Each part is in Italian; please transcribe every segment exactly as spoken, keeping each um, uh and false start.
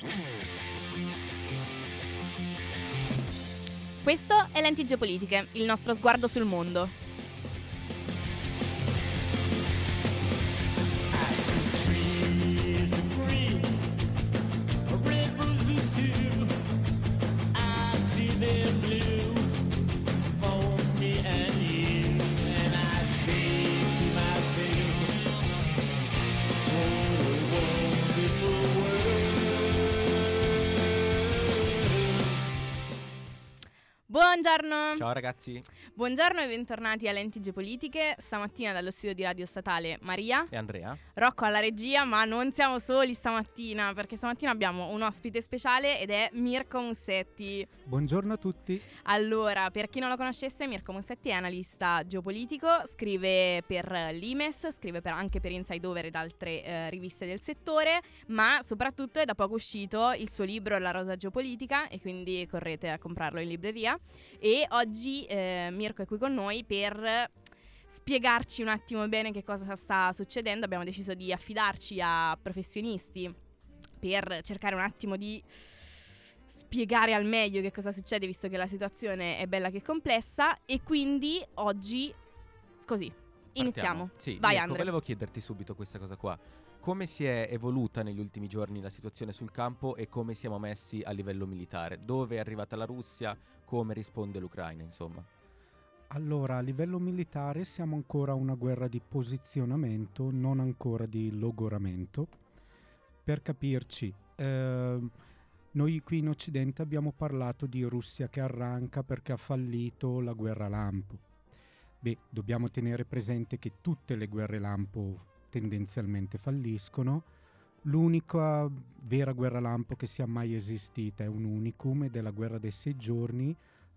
Questo è Lenti Geopolitiche, il nostro sguardo sul mondo. Buongiorno! Ciao ragazzi! Buongiorno e bentornati a Lenti Geopolitiche. Stamattina dallo studio di Radio Statale Maria e Andrea, Rocco alla regia, ma non siamo soli stamattina, perché stamattina abbiamo un ospite speciale ed è Mirko Mussetti. Buongiorno a tutti. Allora, per chi non lo conoscesse, Mirko Mussetti è analista geopolitico, scrive per l'I M E S, scrive per, anche per Inside Over ed altre eh, riviste del settore, ma soprattutto è da poco uscito il suo libro La Rosa Geopolitica, e quindi correte a comprarlo in libreria. E oggi eh, Mirko è qui con noi per spiegarci un attimo bene che cosa sta succedendo. Abbiamo deciso di affidarci a professionisti per cercare un attimo di spiegare al meglio che cosa succede, visto che la situazione è bella che complessa. E quindi oggi, così, iniziamo. Sì, vai Mirko, Andre. Volevo chiederti subito questa cosa qua. Come si è evoluta negli ultimi giorni la situazione sul campo e come siamo messi a livello militare? Dove è arrivata la Russia? Come risponde l'Ucraina, insomma? Allora, a livello militare siamo ancora a una guerra di posizionamento, non ancora di logoramento. Per capirci, eh, noi qui in Occidente abbiamo parlato di Russia che arranca perché ha fallito la guerra lampo. Beh, dobbiamo tenere presente che tutte le guerre lampo tendenzialmente falliscono. L'unica vera guerra lampo che sia mai esistita è un unicum, ed è la guerra dei sei giorni,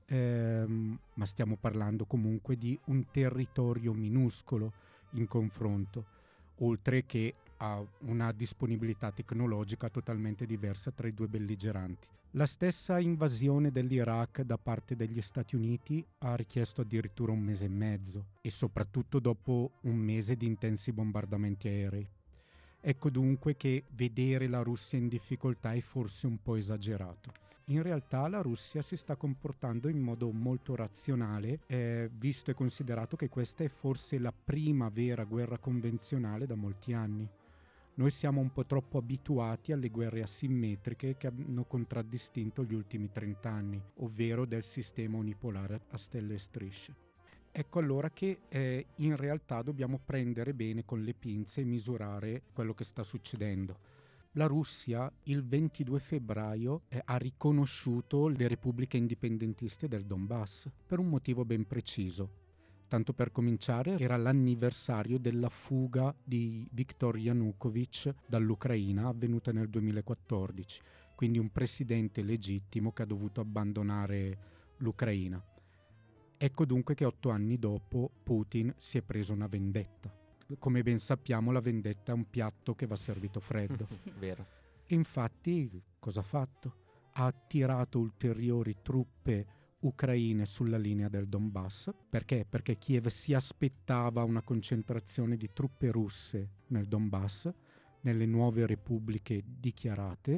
ehm, ma stiamo parlando comunque di un territorio minuscolo in confronto, oltre che a una disponibilità tecnologica totalmente diversa tra i due belligeranti. La stessa invasione dell'Iraq da parte degli Stati Uniti ha richiesto addirittura un mese e mezzo, e soprattutto dopo un mese di intensi bombardamenti aerei. Ecco dunque che vedere la Russia in difficoltà è forse un po' esagerato. In realtà la Russia si sta comportando in modo molto razionale, eh, visto e considerato che questa è forse la prima vera guerra convenzionale da molti anni. Noi siamo un po' troppo abituati alle guerre asimmetriche che hanno contraddistinto gli ultimi trent'anni, ovvero del sistema unipolare a stelle e strisce. Ecco allora che eh, in realtà dobbiamo prendere bene con le pinze e misurare quello che sta succedendo. La Russia il ventidue febbraio eh, ha riconosciuto le repubbliche indipendentiste del Donbass per un motivo ben preciso. Tanto per cominciare, era l'anniversario della fuga di Viktor Yanukovych dall'Ucraina, avvenuta nel duemilaquattordici, quindi un presidente legittimo che ha dovuto abbandonare l'Ucraina. Ecco dunque che otto anni dopo Putin si è preso una vendetta. Come ben sappiamo, la vendetta è un piatto che va servito freddo. Vero. E infatti cosa ha fatto? Ha attirato ulteriori truppe ucraine sulla linea del Donbass. Perché? Perché Kiev si aspettava una concentrazione di truppe russe nel Donbass, nelle nuove repubbliche dichiarate,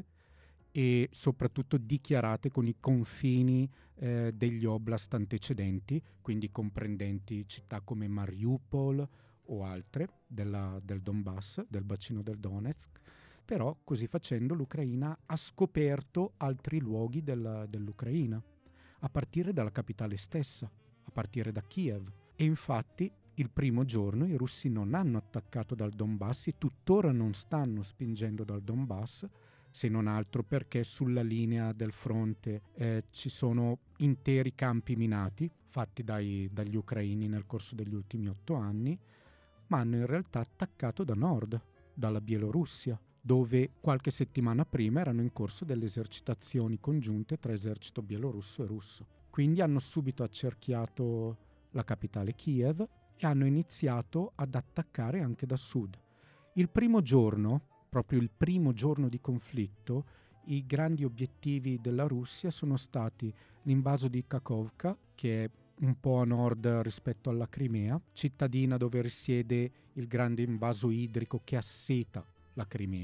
e soprattutto dichiarate con i confini eh, degli oblast antecedenti, quindi comprendenti città come Mariupol o altre della, del Donbass, del bacino del Donetsk. Però così facendo l'Ucraina ha scoperto altri luoghi della, dell'Ucraina, a partire dalla capitale stessa, a partire da Kiev. E infatti il primo giorno i russi non hanno attaccato dal Donbass e tuttora non stanno spingendo dal Donbass, se non altro perché sulla linea del fronte eh, ci sono interi campi minati fatti dai, dagli ucraini nel corso degli ultimi otto anni, ma hanno in realtà attaccato da nord, dalla Bielorussia, dove qualche settimana prima erano in corso delle esercitazioni congiunte tra esercito bielorusso e russo. Quindi hanno subito accerchiato la capitale Kiev e hanno iniziato ad attaccare anche da sud. Il primo giorno, proprio il primo giorno di conflitto, i grandi obiettivi della Russia sono stati l'invaso di Kakhovka, che è un po' a nord rispetto alla Crimea, cittadina dove risiede il grande invaso idrico che asseta la Crimea,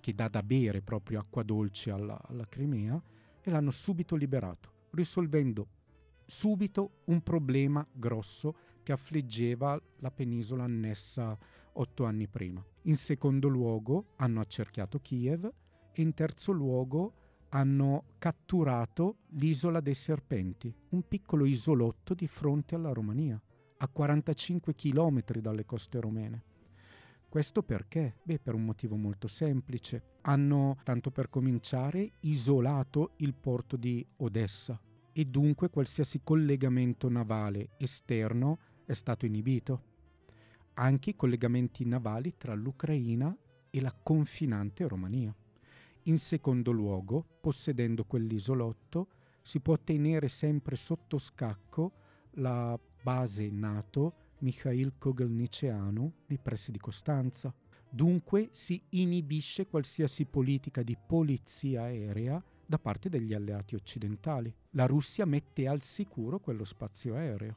che dà da bere proprio acqua dolce alla, alla Crimea, e l'hanno subito liberato, risolvendo subito un problema grosso che affliggeva la penisola annessa otto anni prima. In secondo luogo hanno accerchiato Kiev e in terzo luogo hanno catturato l'isola dei Serpenti, un piccolo isolotto di fronte alla Romania, a quarantacinque chilometri dalle coste romene. Questo perché? Beh, per un motivo molto semplice. Hanno, tanto per cominciare, isolato il porto di Odessa e dunque qualsiasi collegamento navale esterno è stato inibito. Anche i collegamenti navali tra l'Ucraina e la confinante Romania. In secondo luogo, possedendo quell'isolotto, si può tenere sempre sotto scacco la base NATO Mikhail Kogalniceanu nei pressi di Costanza. Dunque si inibisce qualsiasi politica di polizia aerea da parte degli alleati occidentali. La Russia mette al sicuro quello spazio aereo.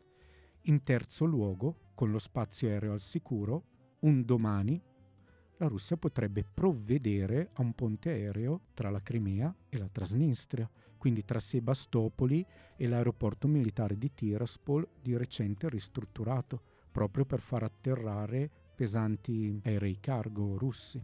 In terzo luogo, con lo spazio aereo al sicuro, un domani la Russia potrebbe provvedere a un ponte aereo tra la Crimea e la Transnistria, quindi tra Sebastopoli e l'aeroporto militare di Tiraspol, di recente ristrutturato, proprio per far atterrare pesanti aerei cargo russi.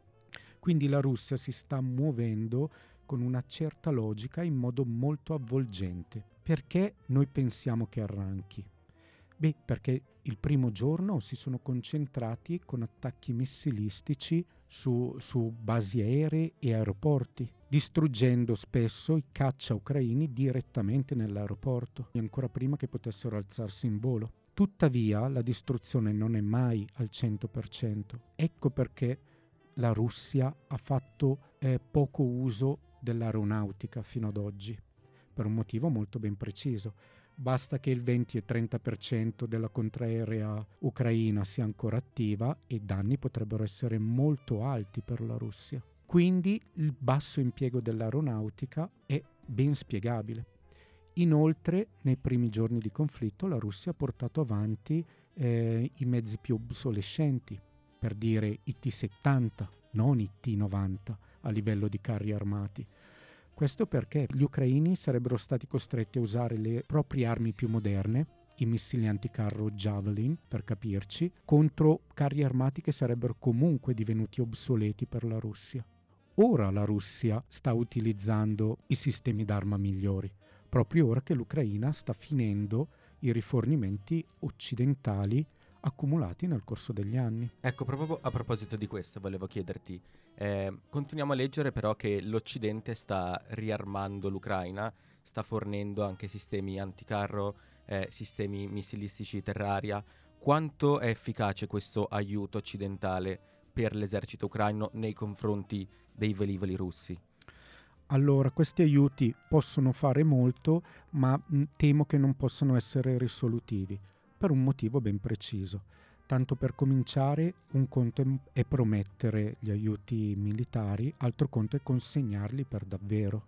Quindi la Russia si sta muovendo con una certa logica in modo molto avvolgente. Perché noi pensiamo che arranchi? Beh, perché il primo giorno si sono concentrati con attacchi missilistici su, su basi aeree e aeroporti, distruggendo spesso i caccia ucraini direttamente nell'aeroporto, ancora prima che potessero alzarsi in volo. Tuttavia la distruzione non è mai al cento per cento. Ecco perché la Russia ha fatto eh, poco uso dell'aeronautica fino ad oggi, per un motivo molto ben preciso. Basta che il venti e trenta per cento della contraerea ucraina sia ancora attiva e i danni potrebbero essere molto alti per la Russia. Quindi il basso impiego dell'aeronautica è ben spiegabile. Inoltre, nei primi giorni di conflitto, la Russia ha portato avanti eh, i mezzi più obsolescenti, per dire i T settanta, non i T novanta a livello di carri armati. Questo perché gli ucraini sarebbero stati costretti a usare le proprie armi più moderne, i missili anticarro Javelin, per capirci, contro carri armati che sarebbero comunque divenuti obsoleti per la Russia. Ora la Russia sta utilizzando i sistemi d'arma migliori, proprio ora che l'Ucraina sta finendo i rifornimenti occidentali accumulati nel corso degli anni. Ecco, proprio a proposito di questo volevo chiederti, eh, continuiamo a leggere però che l'Occidente sta riarmando l'Ucraina, sta fornendo anche sistemi anticarro, eh, sistemi missilistici terra-aria. Quanto è efficace questo aiuto occidentale per l'esercito ucraino nei confronti dei velivoli russi? Allora, questi aiuti possono fare molto, ma mh, temo che non possano essere risolutivi, per un motivo ben preciso. Tanto per cominciare, un conto è promettere gli aiuti militari, altro conto è consegnarli per davvero.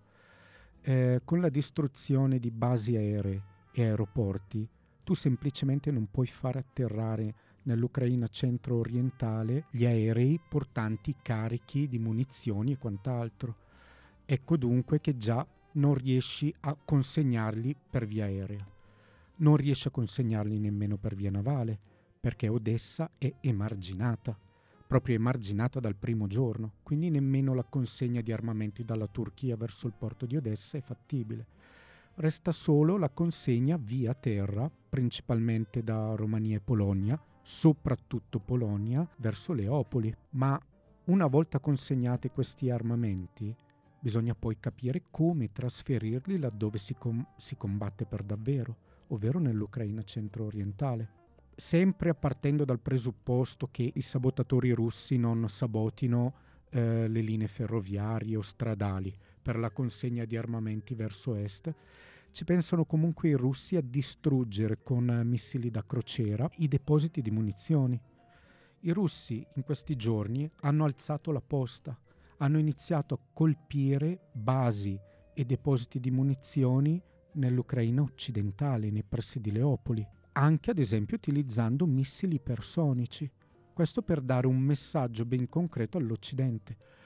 Eh, con la distruzione di basi aeree e aeroporti, tu semplicemente non puoi far atterrare nell'Ucraina centro-orientale gli aerei portanti carichi di munizioni e quant'altro. Ecco dunque che già non riesci a consegnarli per via aerea. Non riesce a consegnarli nemmeno per via navale, perché Odessa è emarginata, proprio emarginata dal primo giorno, quindi nemmeno la consegna di armamenti dalla Turchia verso il porto di Odessa è fattibile. Resta solo la consegna via terra, principalmente da Romania e Polonia, soprattutto Polonia, verso Leopoli. Ma una volta consegnati questi armamenti, bisogna poi capire come trasferirli laddove si, com- si combatte per davvero, ovvero nell'Ucraina centro-orientale. Sempre partendo dal presupposto che i sabotatori russi non sabotino eh, le linee ferroviarie o stradali per la consegna di armamenti verso est, ci pensano comunque i russi a distruggere con eh, missili da crociera i depositi di munizioni. I russi in questi giorni hanno alzato la posta, hanno iniziato a colpire basi e depositi di munizioni nell'Ucraina occidentale, nei pressi di Leopoli, anche ad esempio utilizzando missili ipersonici. Questo per dare un messaggio ben concreto all'Occidente.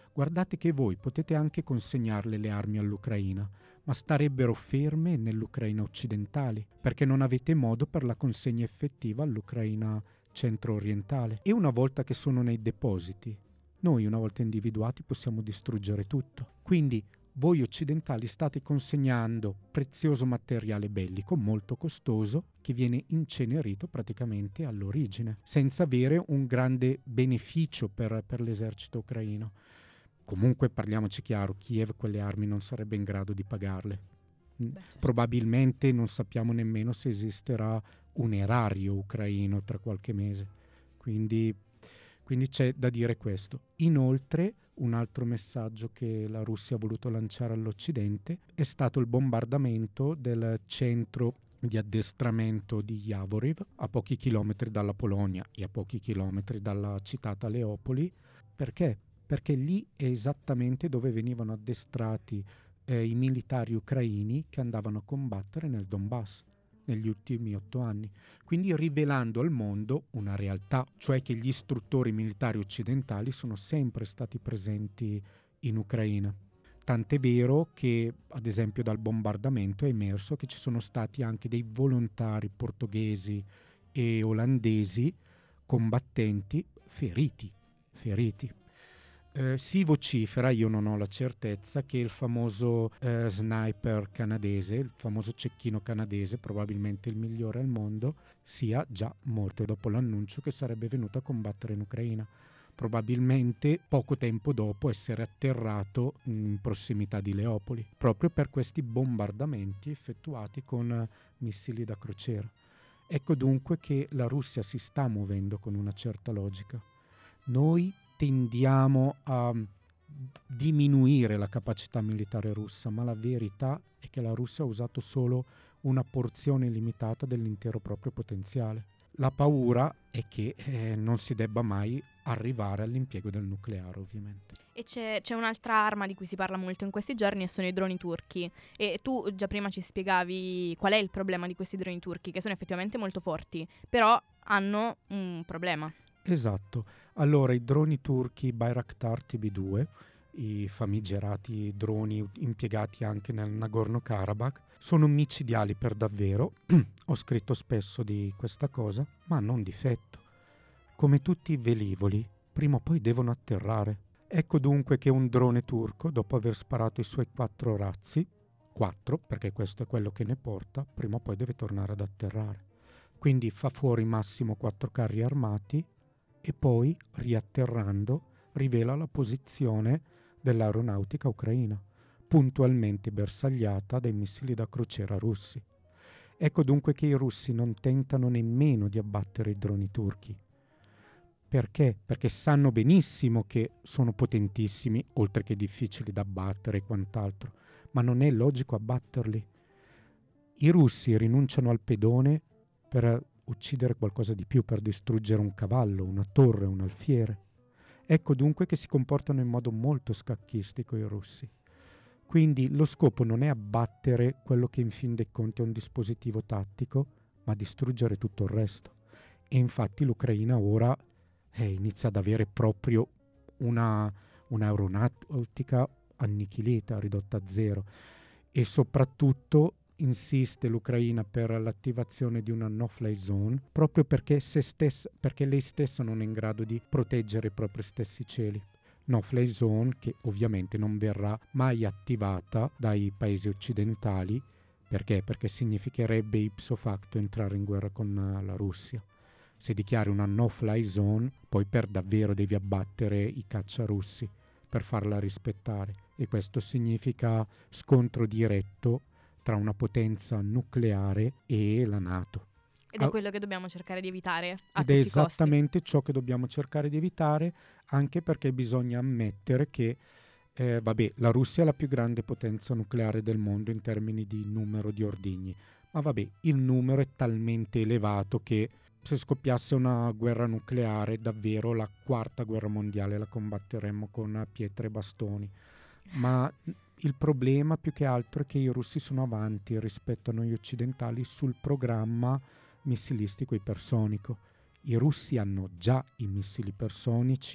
guardate che voi potete anche consegnarle le armi all'Ucraina, ma starebbero ferme nell'Ucraina occidentale, perché non avete modo per la consegna effettiva all'Ucraina centro-orientale. E una volta che sono nei depositi, noi una volta individuati possiamo distruggere tutto. Quindi voi occidentali state consegnando prezioso materiale bellico molto costoso che viene incenerito praticamente all'origine, senza avere un grande beneficio per, per l'esercito ucraino. Comunque parliamoci chiaro, Kiev quelle armi non sarebbe in grado di pagarle. Beh. Probabilmente non sappiamo nemmeno se esisterà un erario ucraino tra qualche mese. Quindi, quindi c'è da dire questo. Inoltre, un altro messaggio che la Russia ha voluto lanciare all'Occidente è stato il bombardamento del centro di addestramento di Yavoriv, a pochi chilometri dalla Polonia e a pochi chilometri dalla citata Leopoli. Perché? Perché lì è esattamente dove venivano addestrati eh, i militari ucraini che andavano a combattere nel Donbass negli ultimi otto anni, quindi rivelando al mondo una realtà, cioè che gli istruttori militari occidentali sono sempre stati presenti in Ucraina. Tant'è vero che, ad esempio, dal bombardamento è emerso che ci sono stati anche dei volontari portoghesi e olandesi combattenti feriti, feriti. Eh, si vocifera, io non ho la certezza, che il famoso eh, sniper canadese, il famoso cecchino canadese, probabilmente il migliore al mondo, sia già morto dopo l'annuncio che sarebbe venuto a combattere in Ucraina. Probabilmente poco tempo dopo essere atterrato in prossimità di Leopoli, proprio per questi bombardamenti effettuati con missili da crociera. Ecco dunque che la Russia si sta muovendo con una certa logica. Noi tendiamo a diminuire la capacità militare russa, ma la verità è che la Russia ha usato solo una porzione limitata dell'intero proprio potenziale. La paura è che eh, non si debba mai arrivare all'impiego del nucleare, ovviamente. E c'è, c'è un'altra arma di cui si parla molto in questi giorni e sono i droni turchi. E tu già prima ci spiegavi qual è il problema di questi droni turchi, che sono effettivamente molto forti, però hanno un problema. Esatto. Allora, i droni turchi Bayraktar T B due, i famigerati droni impiegati anche nel Nagorno-Karabakh, sono micidiali per davvero. Ho scritto spesso di questa cosa, ma hanno un difetto. Come tutti i velivoli, prima o poi devono atterrare. Ecco dunque che un drone turco, dopo aver sparato i suoi quattro razzi, quattro, perché questo è quello che ne porta, prima o poi deve tornare ad atterrare. Quindi fa fuori massimo quattro carri armati e poi, riatterrando, rivela la posizione dell'aeronautica ucraina, puntualmente bersagliata dai missili da crociera russi. Ecco dunque che i russi non tentano nemmeno di abbattere i droni turchi. Perché? Perché sanno benissimo che sono potentissimi, oltre che difficili da abbattere e quant'altro, ma non è logico abbatterli. I russi rinunciano al pedone per uccidere qualcosa di più, per distruggere un cavallo, una torre, un alfiere. Ecco dunque che si comportano in modo molto scacchistico i russi. Quindi lo scopo non è abbattere quello che in fin dei conti è un dispositivo tattico, ma distruggere tutto il resto. E infatti l'Ucraina ora eh, inizia ad avere proprio una, un'aeronautica annichilita, ridotta a zero. E soprattutto insiste l'Ucraina per l'attivazione di una no-fly zone, proprio perché, se stessa, perché lei stessa non è in grado di proteggere i propri stessi cieli. No-fly zone che ovviamente non verrà mai attivata dai paesi occidentali. Perché? Perché significherebbe ipso facto entrare in guerra con la Russia. Se dichiari una no-fly zone, poi per davvero devi abbattere i caccia russi per farla rispettare. E questo significa scontro diretto tra una potenza nucleare e la NATO. Ed è ah, quello che dobbiamo cercare di evitare a ed tutti è i esattamente costi. ciò che dobbiamo cercare di evitare, anche perché bisogna ammettere che eh, vabbè, la Russia è la più grande potenza nucleare del mondo in termini di numero di ordigni, ma vabbè, il numero è talmente elevato che se scoppiasse una guerra nucleare, davvero la quarta guerra mondiale la combatteremmo con pietre e bastoni. Ma il problema più che altro è che i russi sono avanti rispetto a noi occidentali sul programma missilistico ipersonico. I russi hanno già i missili ipersonici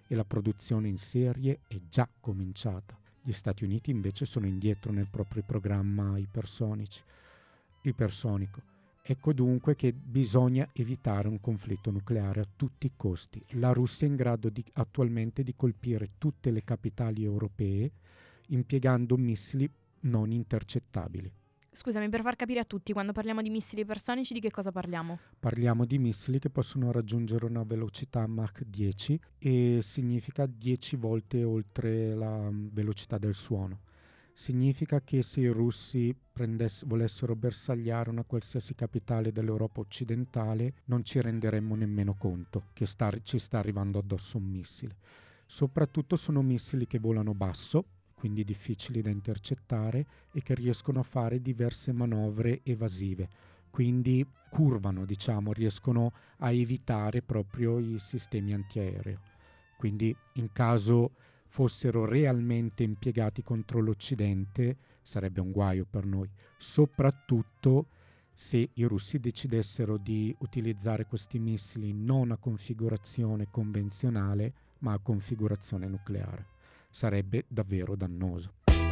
e la produzione in serie è già cominciata. Gli Stati Uniti invece sono indietro nel proprio programma ipersonici, ipersonico. Ecco dunque che bisogna evitare un conflitto nucleare a tutti i costi. La Russia è in grado di, attualmente di colpire tutte le capitali europee impiegando missili non intercettabili. Scusami, per far capire a tutti, quando parliamo di missili ipersonici di che cosa parliamo? Parliamo di missili che possono raggiungere una velocità Mach dieci e significa dieci volte oltre la velocità del suono. Significa che se i russi prendess- volessero bersagliare una qualsiasi capitale dell'Europa occidentale non ci renderemmo nemmeno conto che sta, ci sta arrivando addosso un missile. Soprattutto sono missili che volano basso, quindi difficili da intercettare e che riescono a fare diverse manovre evasive, quindi curvano, diciamo, riescono a evitare proprio i sistemi antiaereo. Quindi in caso fossero realmente impiegati contro l'Occidente sarebbe un guaio per noi, soprattutto se i russi decidessero di utilizzare questi missili non a configurazione convenzionale ma a configurazione nucleare. Sarebbe davvero dannoso.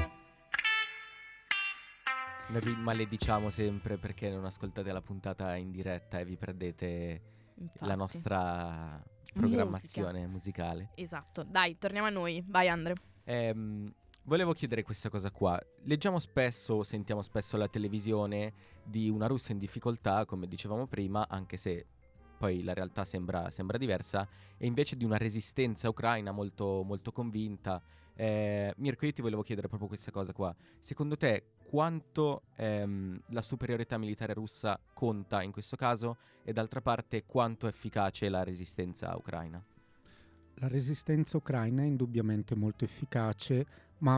Noi vi malediciamo sempre perché non ascoltate la puntata in diretta e vi perdete Infatti. la nostra programmazione Musica. musicale. Esatto, dai, torniamo a noi. Vai Andre. Ehm, volevo chiedere questa cosa qua. Leggiamo spesso, sentiamo spesso alla televisione di una Russia in difficoltà, come dicevamo prima, anche se poi la realtà sembra, sembra diversa, e invece di una resistenza ucraina molto, molto convinta. Eh, Mirko, io ti volevo chiedere proprio questa cosa qua. Secondo te quanto ehm, la superiorità militare russa conta in questo caso, e d'altra parte quanto è efficace la resistenza ucraina? La resistenza ucraina è indubbiamente molto efficace, ma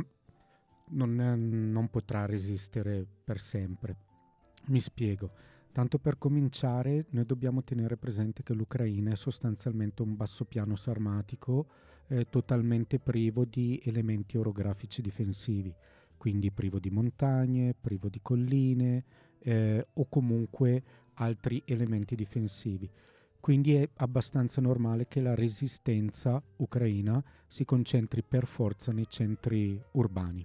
non, è, non potrà resistere per sempre. Mi spiego. Tanto per cominciare, noi dobbiamo tenere presente che l'Ucraina è sostanzialmente un bassopiano sarmatico eh, totalmente privo di elementi orografici difensivi, quindi privo di montagne, privo di colline eh, o comunque altri elementi difensivi. Quindi è abbastanza normale che la resistenza ucraina si concentri per forza nei centri urbani.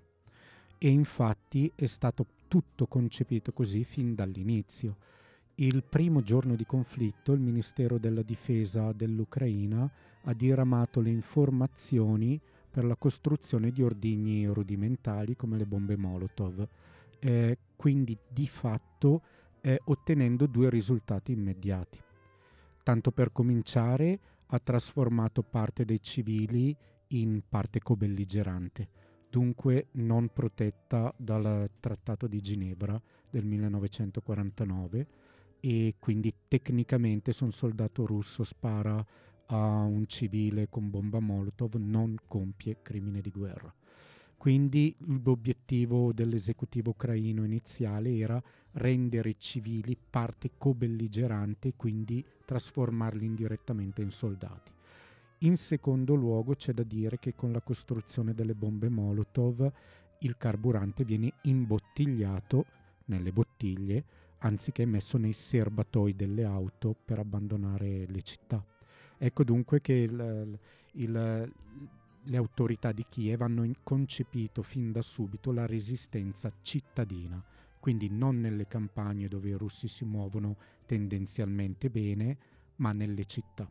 E infatti è stato tutto concepito così fin dall'inizio. Il primo giorno di conflitto il Ministero della Difesa dell'Ucraina ha diramato le informazioni per la costruzione di ordigni rudimentali come le bombe Molotov, eh, quindi di fatto eh, ottenendo due risultati immediati. Tanto per cominciare, ha trasformato parte dei civili in parte cobelligerante, dunque non protetta dal Trattato di Ginevra del millenovecentoquarantanove, e quindi tecnicamente se un soldato russo spara a un civile con bomba Molotov non compie crimine di guerra. Quindi l'obiettivo dell'esecutivo ucraino iniziale era rendere i civili parte cobelligerante e quindi trasformarli indirettamente in soldati. In secondo luogo c'è da dire che con la costruzione delle bombe Molotov il carburante viene imbottigliato nelle bottiglie anziché messo nei serbatoi delle auto per abbandonare le città. Ecco dunque che il, il, le autorità di Kiev hanno in, concepito fin da subito la resistenza cittadina, quindi non nelle campagne dove i russi si muovono tendenzialmente bene, ma nelle città.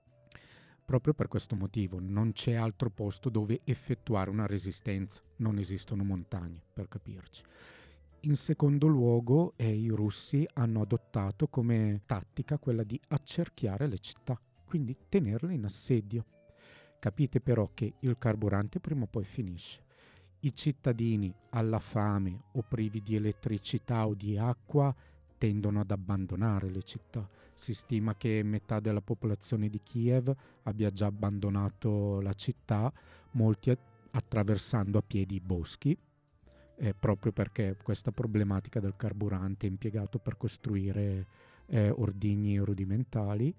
Proprio per questo motivo non c'è altro posto dove effettuare una resistenza, non esistono montagne, per capirci. In secondo luogo, eh, i russi hanno adottato come tattica quella di accerchiare le città, quindi tenerle in assedio. Capite però che il carburante prima o poi finisce. I cittadini alla fame o privi di elettricità o di acqua tendono ad abbandonare le città. Si stima che metà della popolazione di Kiev abbia già abbandonato la città, molti attraversando a piedi i boschi, Eh, proprio perché questa problematica del carburante è impiegato per costruire eh, ordigni rudimentali.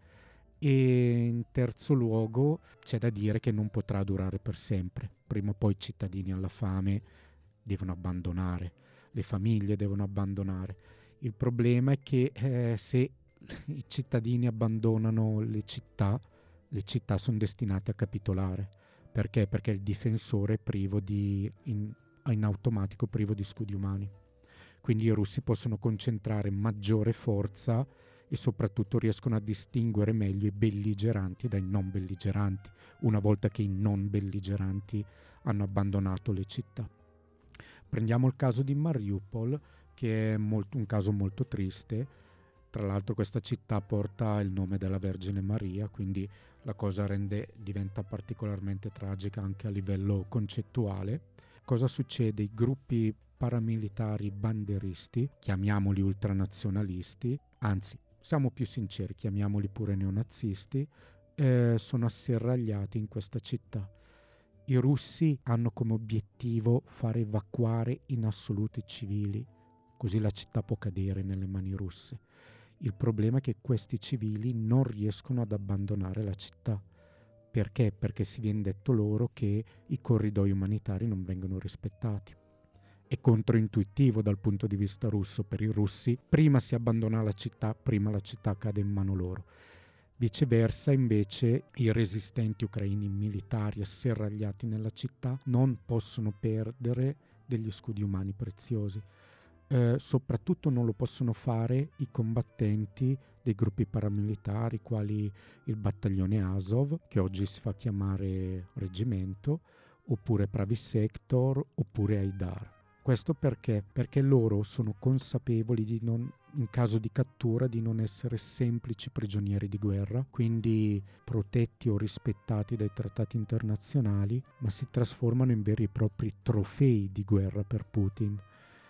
E in terzo luogo c'è da dire che non potrà durare per sempre. Prima o poi i cittadini alla fame devono abbandonare, le famiglie devono abbandonare. Il problema è che eh, se i cittadini abbandonano le città le città sono destinate a capitolare. Perché? Perché il difensore è privo di, in, in automatico privo di scudi umani. Quindi i russi possono concentrare maggiore forza e soprattutto riescono a distinguere meglio i belligeranti dai non belligeranti, una volta che i non belligeranti hanno abbandonato le città. Prendiamo il caso di Mariupol, che è molto, un caso molto triste. Tra l'altro questa città porta il nome della Vergine Maria, quindi la cosa rende, diventa particolarmente tragica anche a livello concettuale. Cosa succede? I gruppi paramilitari banderisti, chiamiamoli ultranazionalisti, anzi, siamo più sinceri, chiamiamoli pure neonazisti, eh, sono asserragliati in questa città. I russi hanno come obiettivo far evacuare in assoluto i civili, così la città può cadere nelle mani russe. Il problema è che questi civili non riescono ad abbandonare la città. Perché? Perché si viene detto loro che i corridoi umanitari non vengono rispettati. È controintuitivo dal punto di vista russo. Per i russi prima si abbandona la città, prima la città cade in mano loro. Viceversa, invece, i resistenti ucraini militari asserragliati nella città non possono perdere degli scudi umani preziosi. Eh, soprattutto non lo possono fare i combattenti dei gruppi paramilitari quali il battaglione Azov, che oggi si fa chiamare reggimento, oppure Pravi Sector, oppure Aidar. Questo perché? Perché loro sono consapevoli di non, in caso di cattura, di non essere semplici prigionieri di guerra, quindi protetti o rispettati dai trattati internazionali, ma si trasformano in veri e propri trofei di guerra per Putin.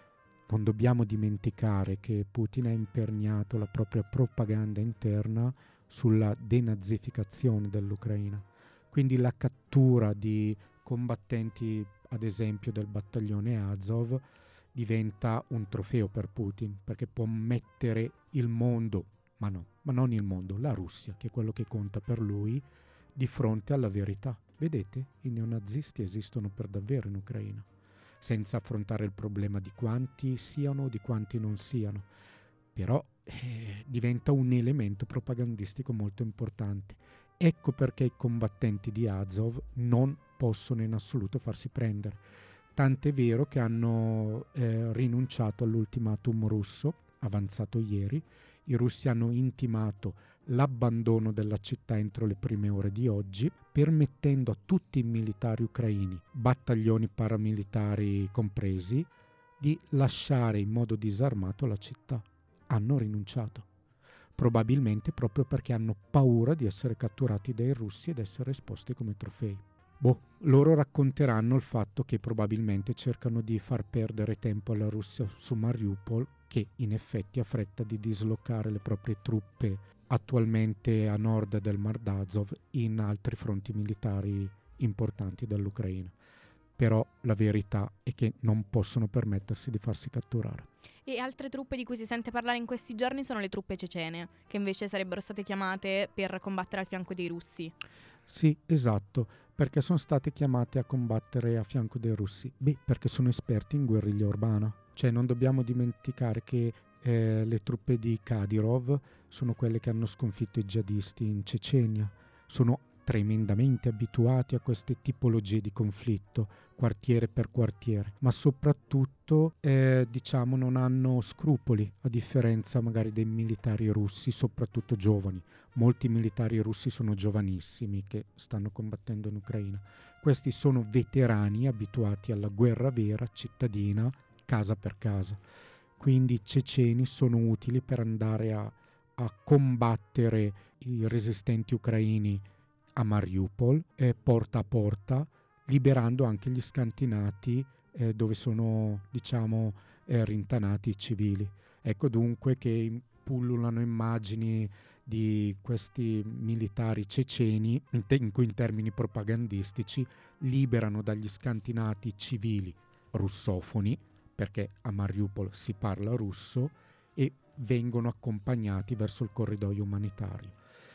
Non dobbiamo dimenticare che Putin ha imperniato la propria propaganda interna sulla denazificazione dell'Ucraina. Quindi la cattura di combattenti, ad esempio del battaglione Azov, diventa un trofeo per Putin, perché può mettere il mondo, ma no, ma non il mondo, la Russia, che è quello che conta per lui, di fronte alla verità. Vedete, i neonazisti esistono per davvero in Ucraina, senza affrontare il problema di quanti siano o di quanti non siano. Però eh, diventa un elemento propagandistico molto importante. Ecco perché i combattenti di Azov non possono in assoluto farsi prendere. Tant'è vero che hanno eh, rinunciato all'ultimatum russo, avanzato ieri. I russi hanno intimato l'abbandono della città entro le prime ore di oggi, permettendo a tutti i militari ucraini, battaglioni paramilitari compresi, di lasciare in modo disarmato la città. Hanno rinunciato. Probabilmente proprio perché hanno paura di essere catturati dai russi ed essere esposti come trofei. Boh, loro racconteranno il fatto che probabilmente cercano di far perdere tempo alla Russia su Mariupol, che in effetti ha fretta di dislocare le proprie truppe attualmente a nord del Mar d'Azov in altri fronti militari importanti dell'Ucraina. Però la verità è che non possono permettersi di farsi catturare. E altre truppe di cui si sente parlare in questi giorni sono le truppe cecene, che invece sarebbero state chiamate per combattere al fianco dei russi. Sì, esatto. Perché sono state chiamate a combattere a fianco dei russi? Beh, perché sono esperti in guerriglia urbana. Cioè non dobbiamo dimenticare che eh, le truppe di Kadyrov sono quelle che hanno sconfitto i jihadisti in Cecenia. Sono tremendamente abituati a queste tipologie di conflitto, quartiere per quartiere, ma soprattutto eh, diciamo non hanno scrupoli, a differenza magari dei militari russi, soprattutto giovani. Molti militari russi sono giovanissimi che stanno combattendo in Ucraina. Questi sono veterani abituati alla guerra vera, cittadina, casa per casa. Quindi i ceceni sono utili per andare a, a combattere i resistenti ucraini a Mariupol, eh, porta a porta, liberando anche gli scantinati eh, dove sono, diciamo, eh, rintanati i civili. Ecco dunque che pullulano immagini di questi militari ceceni in, te- in cui in termini propagandistici liberano dagli scantinati civili russofoni, perché a Mariupol si parla russo, e vengono accompagnati verso il corridoio umanitario.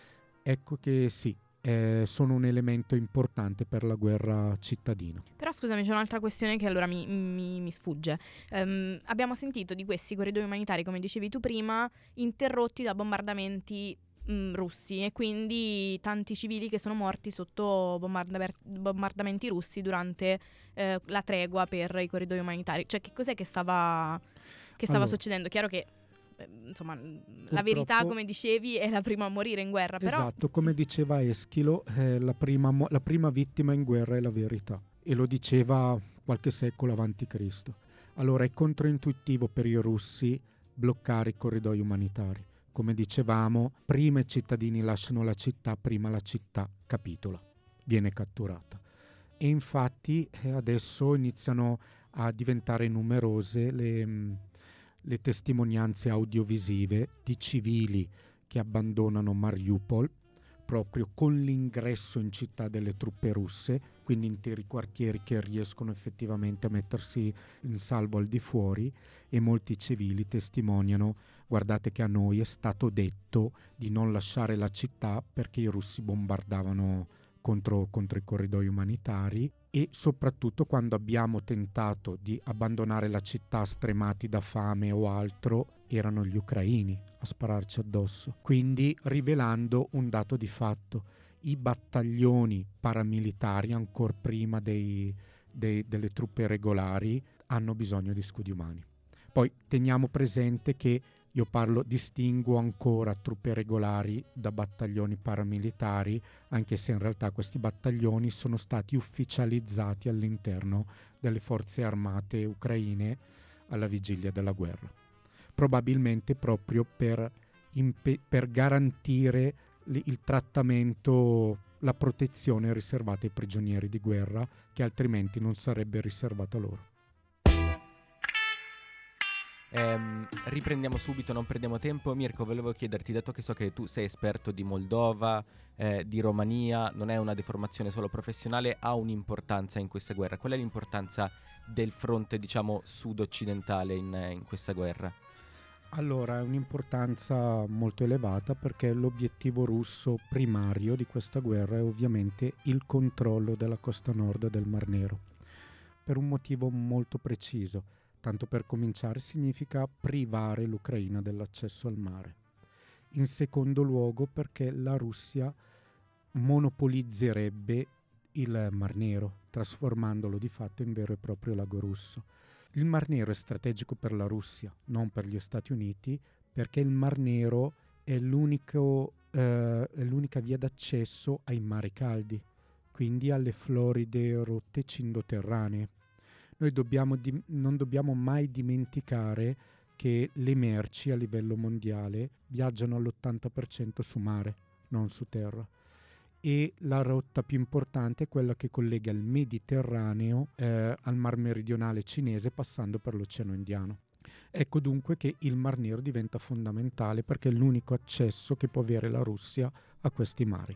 Ecco che sì, Eh, sono un elemento importante per la guerra cittadina. Però scusami, c'è un'altra questione che allora mi, mi, mi sfugge. Um, abbiamo sentito di questi corridoi umanitari, come dicevi tu prima, interrotti da bombardamenti mh, russi, e quindi tanti civili che sono morti sotto bombardamer- bombardamenti russi durante eh, la tregua per i corridoi umanitari. Cioè, che cos'è che stava, che stava Allora, succedendo? Chiaro che eh, insomma, la purtroppo- verità, come dicevi, è la prima a morire in guerra, però Esatto, come diceva Eschilo, eh, la, prima mo- la prima vittima in guerra è la verità, e lo diceva qualche secolo avanti Cristo. Allora è controintuitivo per i russi bloccare i corridoi umanitari. Come dicevamo, prima i cittadini lasciano la città, prima la città capitola, viene catturata. E infatti eh, adesso iniziano a diventare numerose le, mh, le testimonianze audiovisive di civili che abbandonano Mariupol proprio con l'ingresso in città delle truppe russe, quindi interi quartieri che riescono effettivamente a mettersi in salvo al di fuori, e molti civili testimoniano: guardate che a noi è stato detto di non lasciare la città perché i russi bombardavano contro, contro i corridoi umanitari, e soprattutto quando abbiamo tentato di abbandonare la città stremati da fame o altro, erano gli ucraini a spararci addosso. Quindi rivelando un dato di fatto: i battaglioni paramilitari, ancora prima dei, dei, delle truppe regolari, hanno bisogno di scudi umani. Poi teniamo presente che io parlo, distingo ancora truppe regolari da battaglioni paramilitari, anche se in realtà questi battaglioni sono stati ufficializzati all'interno delle forze armate ucraine alla vigilia della guerra, probabilmente proprio per, impe- per garantire l- il trattamento, la protezione riservata ai prigionieri di guerra, che altrimenti non sarebbe riservata loro. Ehm, riprendiamo subito, non perdiamo tempo. Mirko, volevo chiederti, dato che so che tu sei esperto di Moldova, eh, di Romania, non è una deformazione solo professionale, ha un'importanza in questa guerra. Qual è l'importanza del fronte, diciamo, sud-occidentale in, in questa guerra? Allora, è un'importanza molto elevata, perché l'obiettivo russo primario di questa guerra è ovviamente il controllo della costa nord del Mar Nero, per un motivo molto preciso. Tanto per cominciare, significa privare l'Ucraina dell'accesso al mare. In secondo luogo, perché la Russia monopolizzerebbe il Mar Nero, trasformandolo di fatto in vero e proprio lago russo. Il Mar Nero è strategico per la Russia, non per gli Stati Uniti, perché il Mar Nero è, l'unico, eh, è l'unica via d'accesso ai mari caldi, quindi alle floride rotte cindoterranee. Noi dobbiamo di- non dobbiamo mai dimenticare che le merci a livello mondiale viaggiano all'ottanta per cento su mare, non su terra. E la rotta più importante è quella che collega il Mediterraneo eh, al Mar Meridionale cinese, passando per l'Oceano Indiano. Ecco dunque che il Mar Nero diventa fondamentale, perché è l'unico accesso che può avere la Russia a questi mari.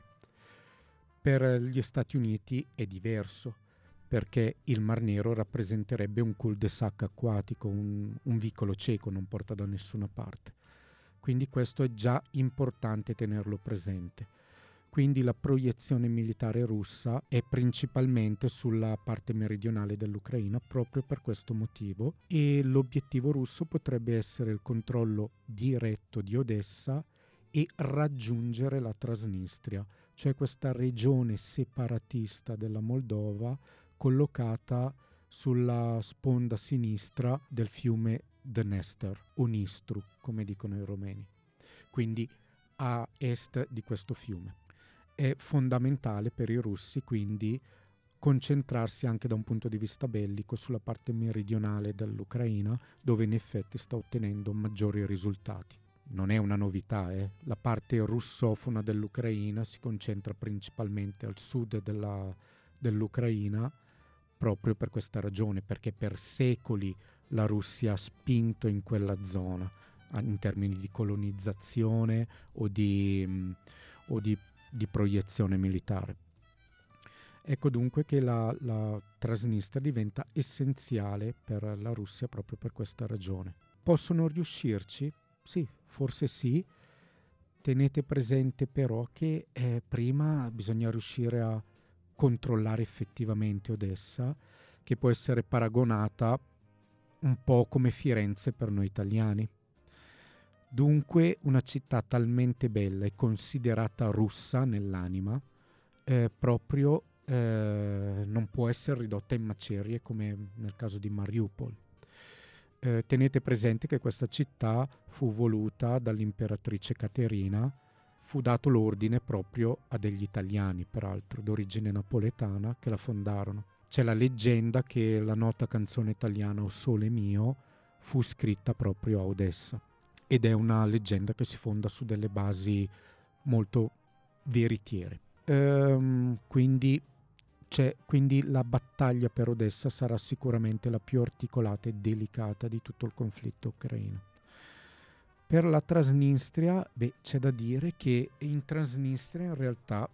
Per gli Stati Uniti è diverso, perché il Mar Nero rappresenterebbe un cul-de-sac acquatico, un, un vicolo cieco, non porta da nessuna parte. Quindi questo è già importante tenerlo presente. Quindi la proiezione militare russa è principalmente sulla parte meridionale dell'Ucraina, proprio per questo motivo, e l'obiettivo russo potrebbe essere il controllo diretto di Odessa e raggiungere la Transnistria, cioè questa regione separatista della Moldova collocata sulla sponda sinistra del fiume Dnestr, o Nistru, come dicono i romeni, quindi a est di questo fiume. È fondamentale per i russi quindi concentrarsi anche da un punto di vista bellico sulla parte meridionale dell'Ucraina, dove in effetti sta ottenendo maggiori risultati. Non è una novità, eh? La parte russofona dell'Ucraina si concentra principalmente al sud della, dell'Ucraina, proprio per questa ragione, perché per secoli la Russia ha spinto in quella zona in termini di colonizzazione o di, mh, o di, di proiezione militare. Ecco dunque che la, la Transnistria diventa essenziale per la Russia proprio per questa ragione. Possono riuscirci? Sì, forse sì. Tenete presente però che eh, prima bisogna riuscire a controllare effettivamente Odessa, che può essere paragonata un po' come Firenze per noi italiani. Dunque una città talmente bella e considerata russa nell'anima, eh, proprio eh, non può essere ridotta in macerie come nel caso di Mariupol. Eh, tenete presente che questa città fu voluta dall'imperatrice Caterina, fu dato l'ordine proprio a degli italiani, peraltro, d'origine napoletana, che la fondarono. C'è la leggenda che la nota canzone italiana O Sole Mio fu scritta proprio a Odessa, ed è una leggenda che si fonda su delle basi molto veritiere. Ehm, quindi, c'è, quindi la battaglia per Odessa sarà sicuramente la più articolata e delicata di tutto il conflitto ucraino. Per la Transnistria, beh, c'è da dire che in Transnistria in realtà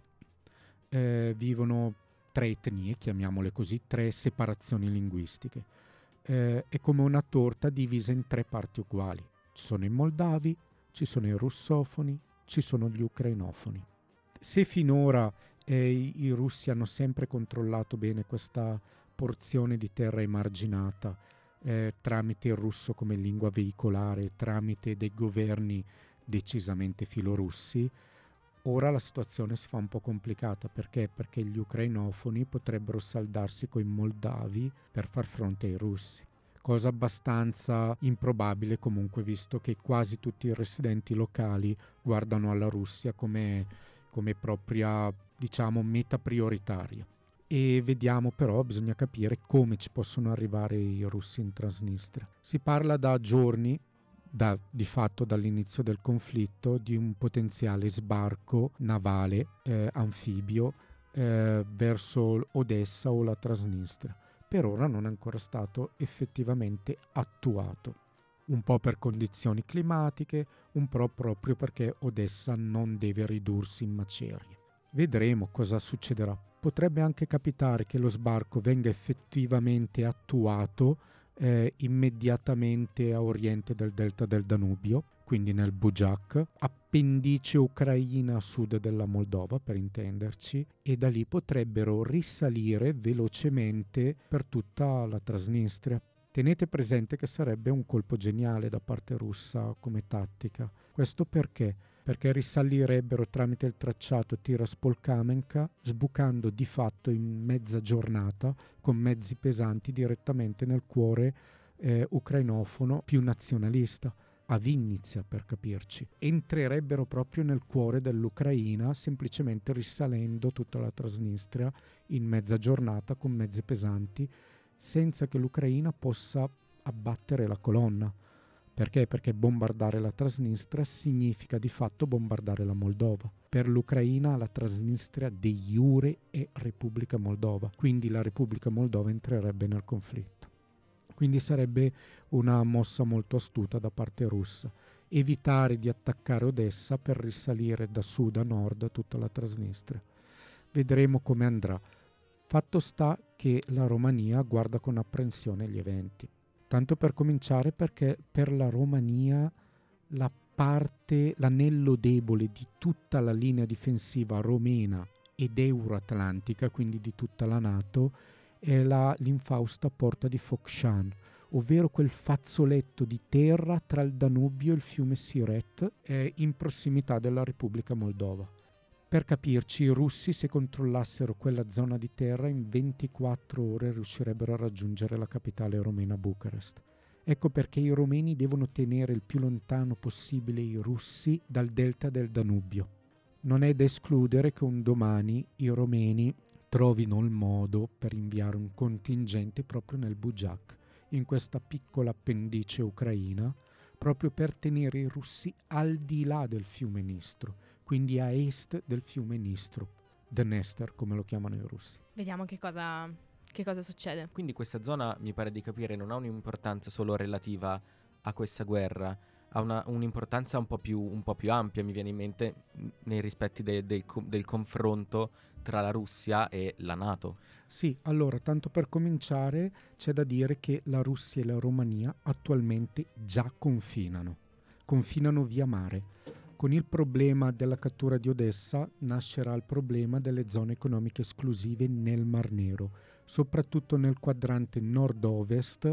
eh, vivono tre etnie, chiamiamole così, tre separazioni linguistiche. Eh, è come una torta divisa in tre parti uguali. Ci sono i moldavi, ci sono i russofoni, ci sono gli ucrainofoni. Se finora eh, i, i russi hanno sempre controllato bene questa porzione di terra emarginata, eh, tramite il russo come lingua veicolare, tramite dei governi decisamente filorussi, ora la situazione si fa un po' complicata. Perché? Perché gli ucrainofoni potrebbero saldarsi coi moldavi per far fronte ai russi. Cosa abbastanza improbabile comunque, visto che quasi tutti i residenti locali guardano alla Russia come, come propria, diciamo, meta prioritaria. E vediamo però, bisogna capire come ci possono arrivare i russi in Transnistria. Si parla da giorni, da, di fatto dall'inizio del conflitto, di un potenziale sbarco navale eh, anfibio eh, verso Odessa o la Transnistria. Per ora non è ancora stato effettivamente attuato, un po' per condizioni climatiche, un po' proprio perché Odessa non deve ridursi in macerie. Vedremo cosa succederà. Potrebbe anche capitare che lo sbarco venga effettivamente attuato eh, immediatamente a oriente del delta del Danubio, quindi nel Bujak, appendice ucraina a sud della Moldova, per intenderci, e da lì potrebbero risalire velocemente per tutta la Transnistria. Tenete presente che sarebbe un colpo geniale da parte russa come tattica. Questo perché? Perché risalirebbero tramite il tracciato Tiraspol-Kamenka, sbucando di fatto in mezza giornata con mezzi pesanti direttamente nel cuore eh, ucrainofono più nazionalista, a Vinnytsia per capirci. Entrerebbero proprio nel cuore dell'Ucraina, semplicemente risalendo tutta la Transnistria in mezza giornata con mezzi pesanti, senza che l'Ucraina possa abbattere la colonna. Perché? Perché bombardare la Transnistria significa di fatto bombardare la Moldova. Per l'Ucraina la Transnistria de iure è Repubblica Moldova, quindi la Repubblica Moldova entrerebbe nel conflitto. Quindi sarebbe una mossa molto astuta da parte russa. Evitare di attaccare Odessa per risalire da sud a nord tutta la Transnistria. Vedremo come andrà. Fatto sta che la Romania guarda con apprensione gli eventi. Tanto per cominciare perché per la Romania la parte, l'anello debole di tutta la linea difensiva romena ed euroatlantica, quindi di tutta la NATO, è la, l'infausta porta di Focșani, ovvero quel fazzoletto di terra tra il Danubio e il fiume Siret, eh, in prossimità della Repubblica Moldova. Per capirci, i russi, se controllassero quella zona di terra, in ventiquattro ore riuscirebbero a raggiungere la capitale romena, Bucarest. Ecco perché i romeni devono tenere il più lontano possibile i russi dal delta del Danubio. Non è da escludere che un domani i romeni trovino il modo per inviare un contingente proprio nel Bujak, in questa piccola appendice ucraina, proprio per tenere i russi al di là del fiume Dnestro, quindi a est del fiume Dnestro, Dnester come lo chiamano i russi. Vediamo che cosa, che cosa succede. Quindi questa zona, mi pare di capire, non ha un'importanza solo relativa a questa guerra, ha una, un'importanza un po' più, un po' più ampia, mi viene in mente, nei rispetti de, del, del confronto tra la Russia e la NATO. Sì, allora, tanto per cominciare, c'è da dire che la Russia e la Romania attualmente già confinano, confinano via mare. Con il problema della cattura di Odessa nascerà il problema delle zone economiche esclusive nel Mar Nero, soprattutto nel quadrante nord-ovest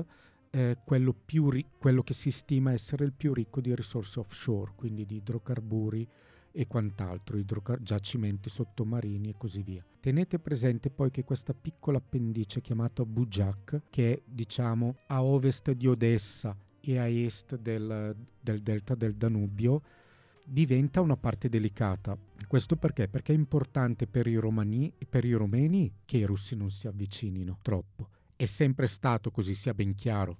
eh, quello, più ri- quello che si stima essere il più ricco di risorse offshore, quindi di idrocarburi e quant'altro, idrocar- giacimenti sottomarini e così via. Tenete presente poi che questa piccola appendice chiamata Bujak, che è diciamo a ovest di Odessa e a est del, del delta del Danubio, diventa una parte delicata. Questo perché? Perché è importante per i, romani, per i romeni che i russi non si avvicinino troppo. È sempre stato così, sia ben chiaro.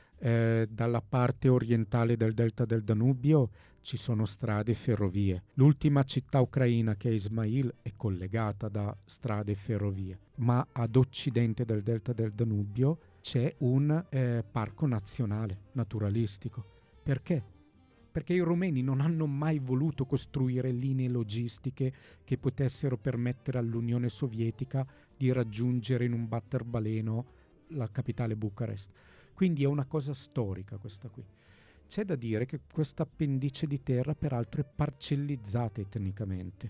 Eh, dalla parte orientale del delta del Danubio ci sono strade e ferrovie. L'ultima città ucraina, che è Ismail, è collegata da strade e ferrovie, ma ad occidente del delta del Danubio c'è un eh, parco nazionale naturalistico. Perché? Perché i rumeni non hanno mai voluto costruire linee logistiche che potessero permettere all'Unione Sovietica di raggiungere in un batterbaleno la capitale Bucarest. Quindi è una cosa storica questa qui. C'è da dire che questa appendice di terra peraltro è parcellizzata etnicamente.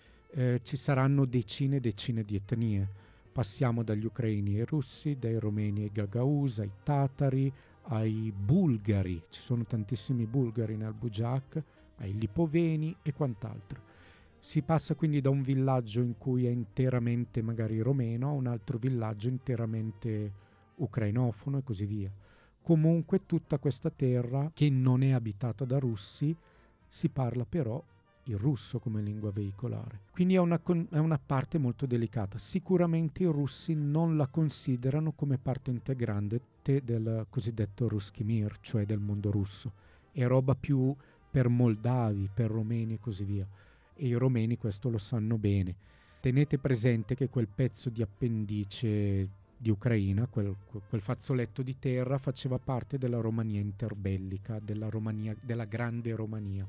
Eh, ci saranno decine e decine di etnie. Passiamo dagli ucraini ai russi, dai romeni ai gagaus, ai tatari, ai bulgari, ci sono tantissimi bulgari nel Bujak, ai lipoveni e quant'altro. Si passa quindi da un villaggio in cui è interamente magari romeno a un altro villaggio interamente ucrainofono e così via. Comunque tutta questa terra, che non è abitata da russi, si parla però il russo come lingua veicolare. Quindi è una, con- è una parte molto delicata. Sicuramente i russi non la considerano come parte integrante del cosiddetto Ruski Mir, cioè del mondo russo. È roba più per moldavi, per romeni e così via. E i romeni questo lo sanno bene. Tenete presente che quel pezzo di appendice di Ucraina, quel, quel fazzoletto di terra, faceva parte della Romania interbellica, della, Romania, della grande Romania.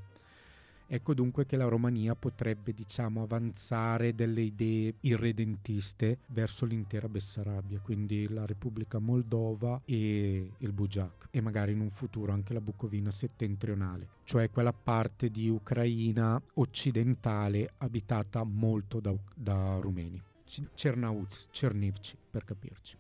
Ecco dunque che la Romania potrebbe, diciamo, avanzare delle idee irredentiste verso l'intera Bessarabia, quindi la Repubblica Moldova e il Bujak, e magari in un futuro anche la Bucovina settentrionale, cioè quella parte di Ucraina occidentale abitata molto da, da rumeni. Cernauz, Cernivci, per capirci.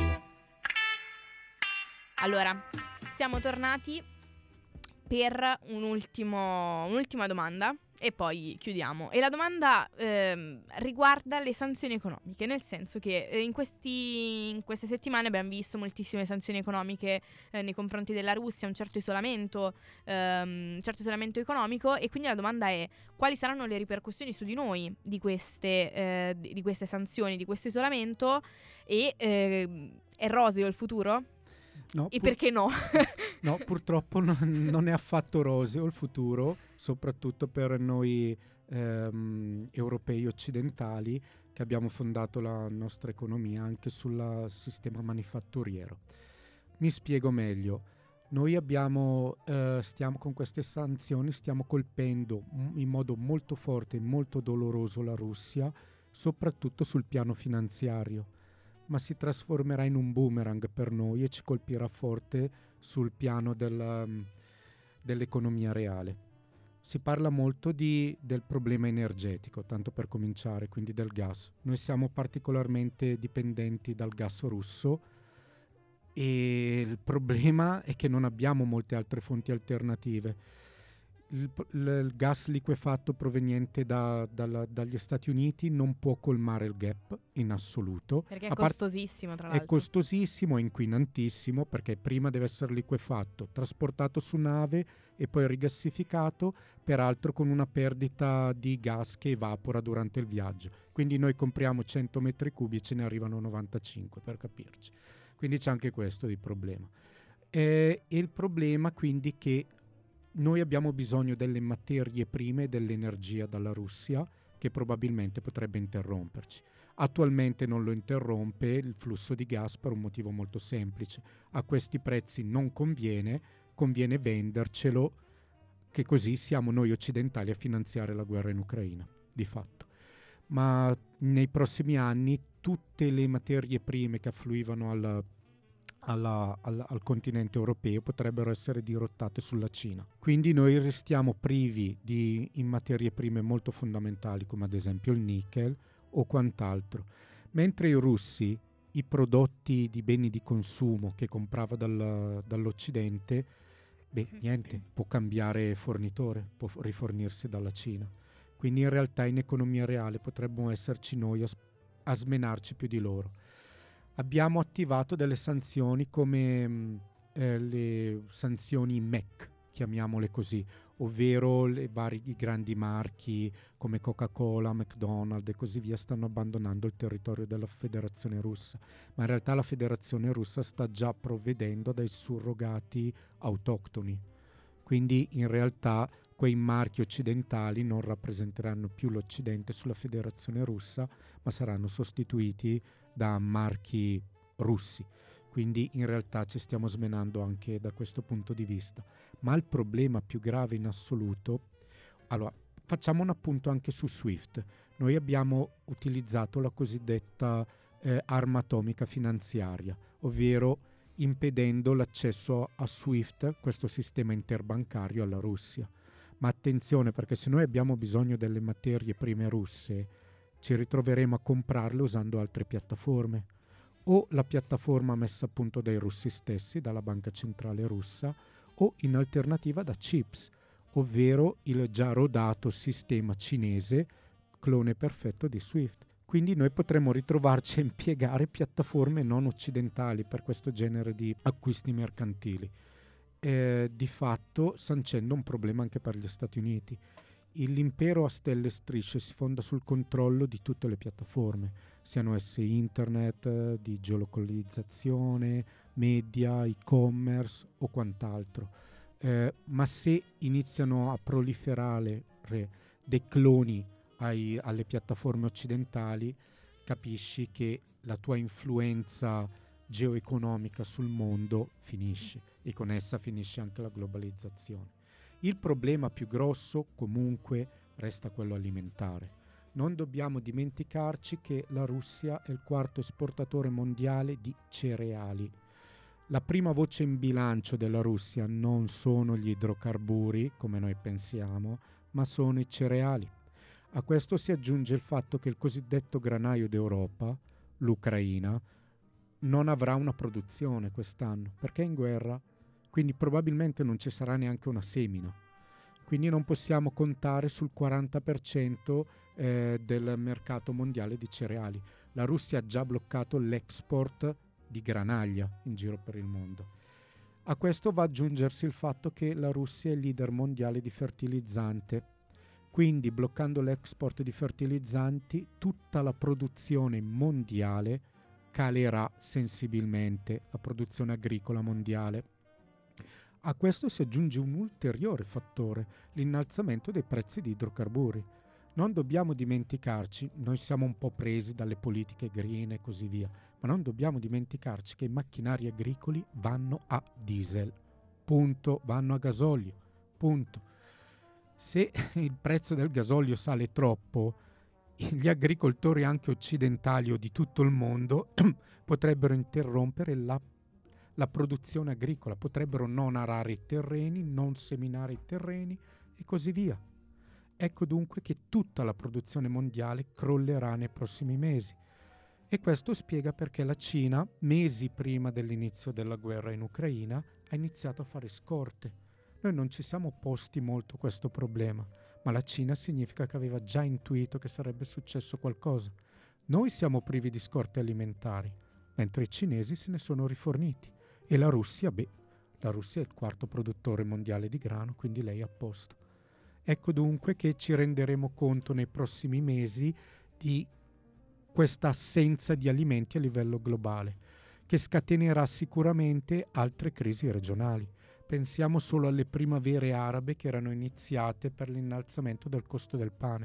Allora, siamo tornati per un ultimo, un'ultima domanda e poi chiudiamo. E la domanda ehm, riguarda le sanzioni economiche, nel senso che eh, in, questi, in queste settimane abbiamo visto moltissime sanzioni economiche eh, nei confronti della Russia, un certo isolamento, ehm, un certo isolamento economico, e quindi la domanda è: quali saranno le ripercussioni su di noi di queste, eh, di, di queste sanzioni, di questo isolamento, e eh, è roseo il futuro? No, e pur- perché no? No, purtroppo non, non è affatto roseo il futuro, soprattutto per noi ehm, europei occidentali che abbiamo fondato la nostra economia anche sul sistema manifatturiero. Mi spiego meglio. Noi abbiamo, eh, stiamo con queste sanzioni, stiamo colpendo in modo molto forte e molto doloroso la Russia, soprattutto sul piano finanziario, ma si trasformerà in un boomerang per noi e ci colpirà forte sul piano della, dell'economia reale. Si parla molto di, del problema energetico, tanto per cominciare, quindi del gas. Noi siamo particolarmente dipendenti dal gas russo e il problema è che non abbiamo molte altre fonti alternative. Il, il gas liquefatto proveniente da, dalla, dagli Stati Uniti non può colmare il gap in assoluto. Perché è A part- costosissimo, tra l'altro. È costosissimo, è inquinantissimo, perché prima deve essere liquefatto, trasportato su nave e poi rigassificato, peraltro con una perdita di gas che evapora durante il viaggio. Quindi noi compriamo cento metri cubi e ce ne arrivano novantacinque, per capirci. Quindi c'è anche questo di problema. E il problema quindi che noi abbiamo bisogno delle materie prime e dell'energia dalla Russia, che probabilmente potrebbe interromperci. Attualmente non lo interrompe il flusso di gas per un motivo molto semplice. A questi prezzi non conviene, conviene vendercelo, che così siamo noi occidentali a finanziare la guerra in Ucraina, di fatto. Ma nei prossimi anni tutte le materie prime che affluivano al Alla, al, al continente europeo potrebbero essere dirottate sulla Cina. Quindi noi restiamo privi di in materie prime molto fondamentali come ad esempio il nickel o quant'altro. Mentre i russi i prodotti di beni di consumo che comprava dal, dall'Occidente, beh, niente, può cambiare fornitore, può rifornirsi dalla Cina. Quindi in realtà in economia reale potremmo esserci noi a, a smenarci più di loro. Abbiamo attivato delle sanzioni come mh, eh, le sanzioni M E C, chiamiamole così, ovvero le vari i grandi marchi come Coca-Cola, McDonald's e così via stanno abbandonando il territorio della Federazione Russa, ma in realtà la Federazione Russa sta già provvedendo a dei surrogati autoctoni, quindi in realtà quei marchi occidentali non rappresenteranno più l'Occidente sulla Federazione Russa, ma saranno sostituiti da marchi russi. Quindi in realtà ci stiamo smenando anche da questo punto di vista. Ma il problema più grave in assoluto, allora facciamo un appunto anche su SWIFT. Noi abbiamo utilizzato la cosiddetta eh, arma atomica finanziaria, ovvero impedendo l'accesso a SWIFT, questo sistema interbancario, alla Russia. Ma attenzione, perché se noi abbiamo bisogno delle materie prime russe, ci ritroveremo a comprarle usando altre piattaforme. O la piattaforma messa a punto dai russi stessi, dalla banca centrale russa, o in alternativa da chips, ovvero il già rodato sistema cinese clone perfetto di SWIFT. Quindi noi potremmo ritrovarci a impiegare piattaforme non occidentali per questo genere di acquisti mercantili, eh, di fatto sancendo un problema anche per gli Stati Uniti. L'impero a stelle e strisce si fonda sul controllo di tutte le piattaforme, siano esse internet, di geolocalizzazione, media, e-commerce o quant'altro. Eh, ma se iniziano a proliferare dei cloni ai, alle piattaforme occidentali, capisci che la tua influenza geoeconomica sul mondo finisce e con essa finisce anche la globalizzazione. Il problema più grosso comunque resta quello alimentare. Non dobbiamo dimenticarci che la Russia è il quarto esportatore mondiale di cereali. La prima voce in bilancio della Russia non sono gli idrocarburi, come noi pensiamo, ma sono i cereali. A questo si aggiunge il fatto che il cosiddetto granaio d'Europa, l'Ucraina, non avrà una produzione quest'anno, perché è in guerra. Quindi probabilmente non ci sarà neanche una semina. Quindi non possiamo contare sul quaranta per cento eh, del mercato mondiale di cereali. La Russia ha già bloccato l'export di granaglia in giro per il mondo. A questo va ad aggiungersi il fatto che la Russia è il leader mondiale di fertilizzante. Quindi bloccando l'export di fertilizzanti, tutta la produzione mondiale calerà sensibilmente, la produzione agricola mondiale. A questo si aggiunge un ulteriore fattore, l'innalzamento dei prezzi di idrocarburi. Non dobbiamo dimenticarci, noi siamo un po' presi dalle politiche green e così via, ma non dobbiamo dimenticarci che i macchinari agricoli vanno a diesel, punto, vanno a gasolio, punto. Se il prezzo del gasolio sale troppo, gli agricoltori anche occidentali o di tutto il mondo potrebbero interrompere la la produzione agricola, potrebbero non arare i terreni, non seminare i terreni e così via. Ecco dunque che tutta la produzione mondiale crollerà nei prossimi mesi. E questo spiega perché la Cina, mesi prima dell'inizio della guerra in Ucraina, ha iniziato a fare scorte. Noi non ci siamo posti molto a questo problema, ma la Cina significa che aveva già intuito che sarebbe successo qualcosa. Noi siamo privi di scorte alimentari, mentre i cinesi se ne sono riforniti. E la Russia, beh, la Russia è il quarto produttore mondiale di grano, quindi lei è a posto. Ecco dunque che ci renderemo conto nei prossimi mesi di questa assenza di alimenti a livello globale, che scatenerà sicuramente altre crisi regionali. Pensiamo solo alle primavere arabe che erano iniziate per l'innalzamento del costo del pane.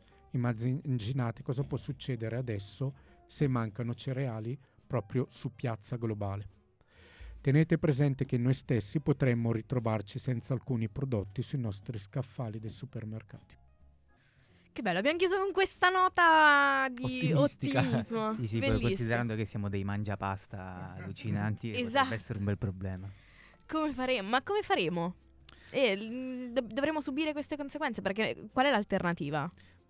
Immaginate cosa può succedere adesso se mancano cereali proprio su piazza globale. Tenete presente che noi stessi potremmo ritrovarci senza alcuni prodotti sui nostri scaffali dei supermercati. Che bello, abbiamo chiuso con questa nota di ottimistica. ottimismo. Sì, sì, poi Bellissimo. considerando che siamo dei mangiapasta allucinanti, Esatto. potrebbe essere un bel problema. Come faremo? Ma come faremo? Eh, do- dovremo subire queste conseguenze, perché qual è l'alternativa?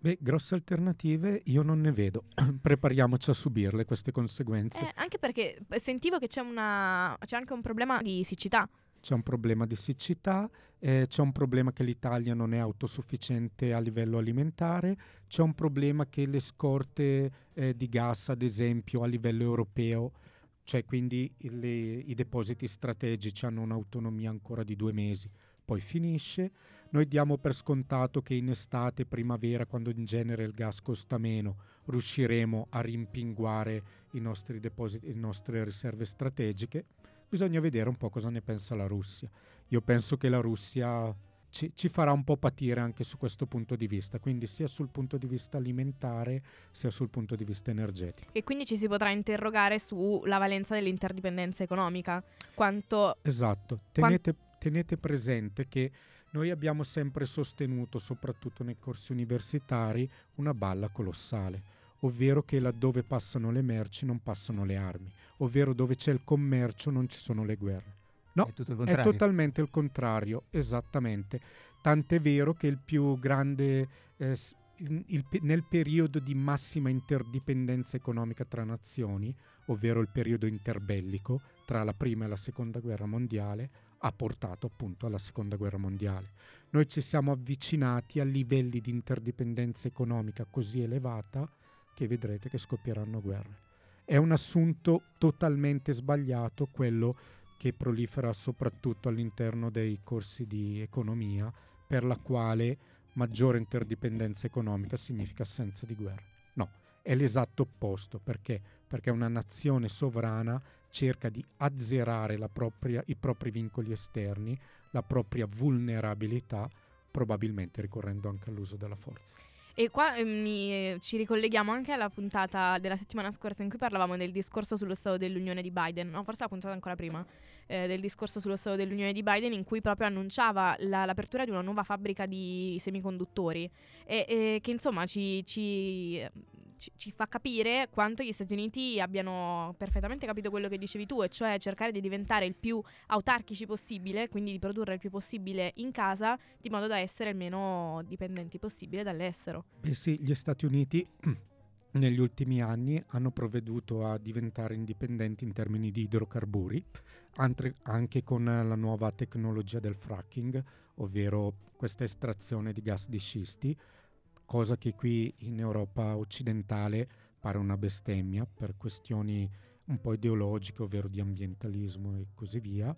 Beh, grosse alternative io non ne vedo. Prepariamoci a subirle queste conseguenze. Eh, anche perché sentivo che c'è, una, c'è anche un problema di siccità. C'è un problema di siccità, eh, c'è un problema che l'Italia non è autosufficiente a livello alimentare, c'è un problema che le scorte eh, di gas, ad esempio, a livello europeo, cioè quindi le, i depositi strategici hanno un'autonomia ancora di due mesi, poi finisce. Noi diamo per scontato che in estate, primavera, quando in genere il gas costa meno, riusciremo a rimpinguare i nostri depositi, le nostre riserve strategiche. Bisogna vedere un po' cosa ne pensa la Russia. Io penso che la Russia ci, ci farà un po' patire anche su questo punto di vista, quindi sia sul punto di vista alimentare sia sul punto di vista energetico. E quindi ci si potrà interrogare sulla valenza dell'interdipendenza economica. Quanto... Esatto. Tenete, tenete presente che noi abbiamo sempre sostenuto, soprattutto nei corsi universitari, una balla colossale, ovvero che laddove passano le merci non passano le armi, ovvero dove c'è il commercio non ci sono le guerre. No, È tutto il è contrario. totalmente il contrario, esattamente. Tant'è vero che il più grande, eh, s- il- il pe- nel periodo di massima interdipendenza economica tra nazioni, ovvero il periodo interbellico tra la prima e la seconda guerra mondiale, ha portato appunto alla seconda guerra mondiale. Noi ci siamo avvicinati a livelli di interdipendenza economica così elevata che vedrete che scoppieranno guerre. È un assunto totalmente sbagliato quello che prolifera soprattutto all'interno dei corsi di economia, per la quale maggiore interdipendenza economica significa assenza di guerra. No, è l'esatto opposto. Perché? Perché una nazione sovrana cerca di azzerare la propria, i propri vincoli esterni, la propria vulnerabilità, probabilmente ricorrendo anche all'uso della forza. E qua eh, mi, eh, ci ricolleghiamo anche alla puntata della settimana scorsa in cui parlavamo del discorso sullo Stato dell'Unione di Biden, no, forse la puntata ancora prima, eh, del discorso sullo Stato dell'Unione di Biden, in cui proprio annunciava la- l'apertura di una nuova fabbrica di semiconduttori e, e che insomma ci, ci, ci, ci fa capire quanto gli Stati Uniti abbiano perfettamente capito quello che dicevi tu, e cioè cercare di diventare il più autarchici possibile, quindi di produrre il più possibile in casa, di modo da essere il meno dipendenti possibile dall'estero. Eh sì, gli Stati Uniti negli ultimi anni hanno provveduto a diventare indipendenti in termini di idrocarburi, antre- anche con la nuova tecnologia del fracking, ovvero questa estrazione di gas di scisti, cosa che qui in Europa occidentale pare una bestemmia per questioni un po' ideologiche, ovvero di ambientalismo e così via,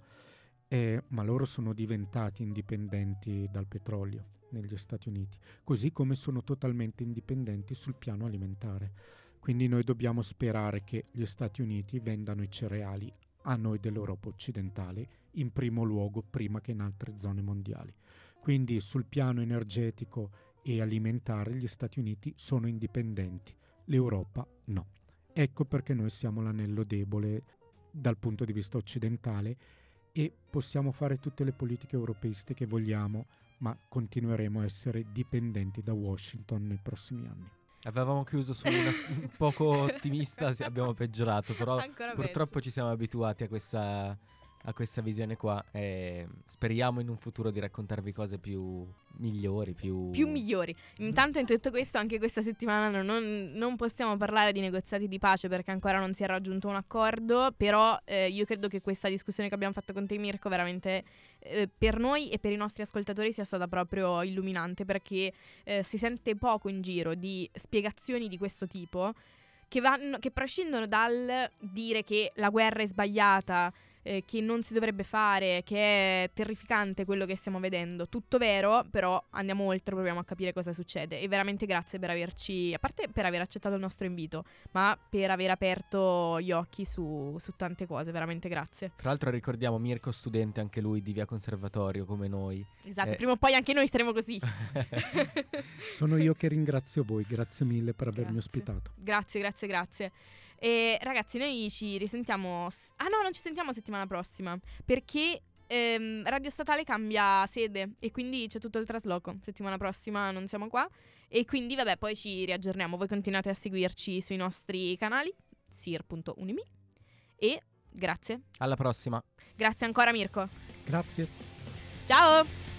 eh, ma loro sono diventati indipendenti dal petrolio negli Stati Uniti, così come sono totalmente indipendenti sul piano alimentare. Quindi noi dobbiamo sperare che gli Stati Uniti vendano i cereali a noi dell'Europa occidentale, in primo luogo, prima che in altre zone mondiali. Quindi sul piano energetico e alimentare gli Stati Uniti sono indipendenti, l'Europa no. Ecco perché noi siamo l'anello debole dal punto di vista occidentale e possiamo fare tutte le politiche europeiste che vogliamo, ma continueremo a essere dipendenti da Washington nei prossimi anni. Avevamo chiuso su una s- un poco ottimista, sì, abbiamo peggiorato, però Ancora purtroppo peggio. ci siamo abituati a questa, a questa visione qua e speriamo in un futuro di raccontarvi cose più migliori, più... Più migliori. Intanto in tutto questo anche questa settimana non, non possiamo parlare di negoziati di pace perché ancora non si è raggiunto un accordo, però eh, io credo che questa discussione che abbiamo fatto con te, Mirko, veramente eh, per noi e per i nostri ascoltatori sia stata proprio illuminante, perché eh, si sente poco in giro di spiegazioni di questo tipo che, vanno, che prescindono dal dire che la guerra è sbagliata, eh, che non si dovrebbe fare, che è terrificante quello che stiamo vedendo. Tutto vero, però andiamo oltre, proviamo a capire cosa succede. E veramente grazie per averci, a parte per aver accettato il nostro invito, ma per aver aperto gli occhi su, su tante cose, veramente grazie. Tra l'altro ricordiamo Mirko studente anche lui di Via Conservatorio come noi. Esatto, Eh. prima o poi anche noi staremo così. Sono io che ringrazio voi, grazie mille per avermi Grazie. ospitato. Grazie, grazie, grazie. E ragazzi, noi ci risentiamo. s- Ah no, non ci sentiamo settimana prossima. Perché ehm, Radio Statale cambia sede e quindi c'è tutto il trasloco. Settimana prossima non siamo qua. E quindi, vabbè, poi ci riaggiorniamo. Voi continuate a seguirci sui nostri canali, sir punto unimi. E grazie. Alla prossima. Grazie ancora, Mirko. Grazie. Ciao!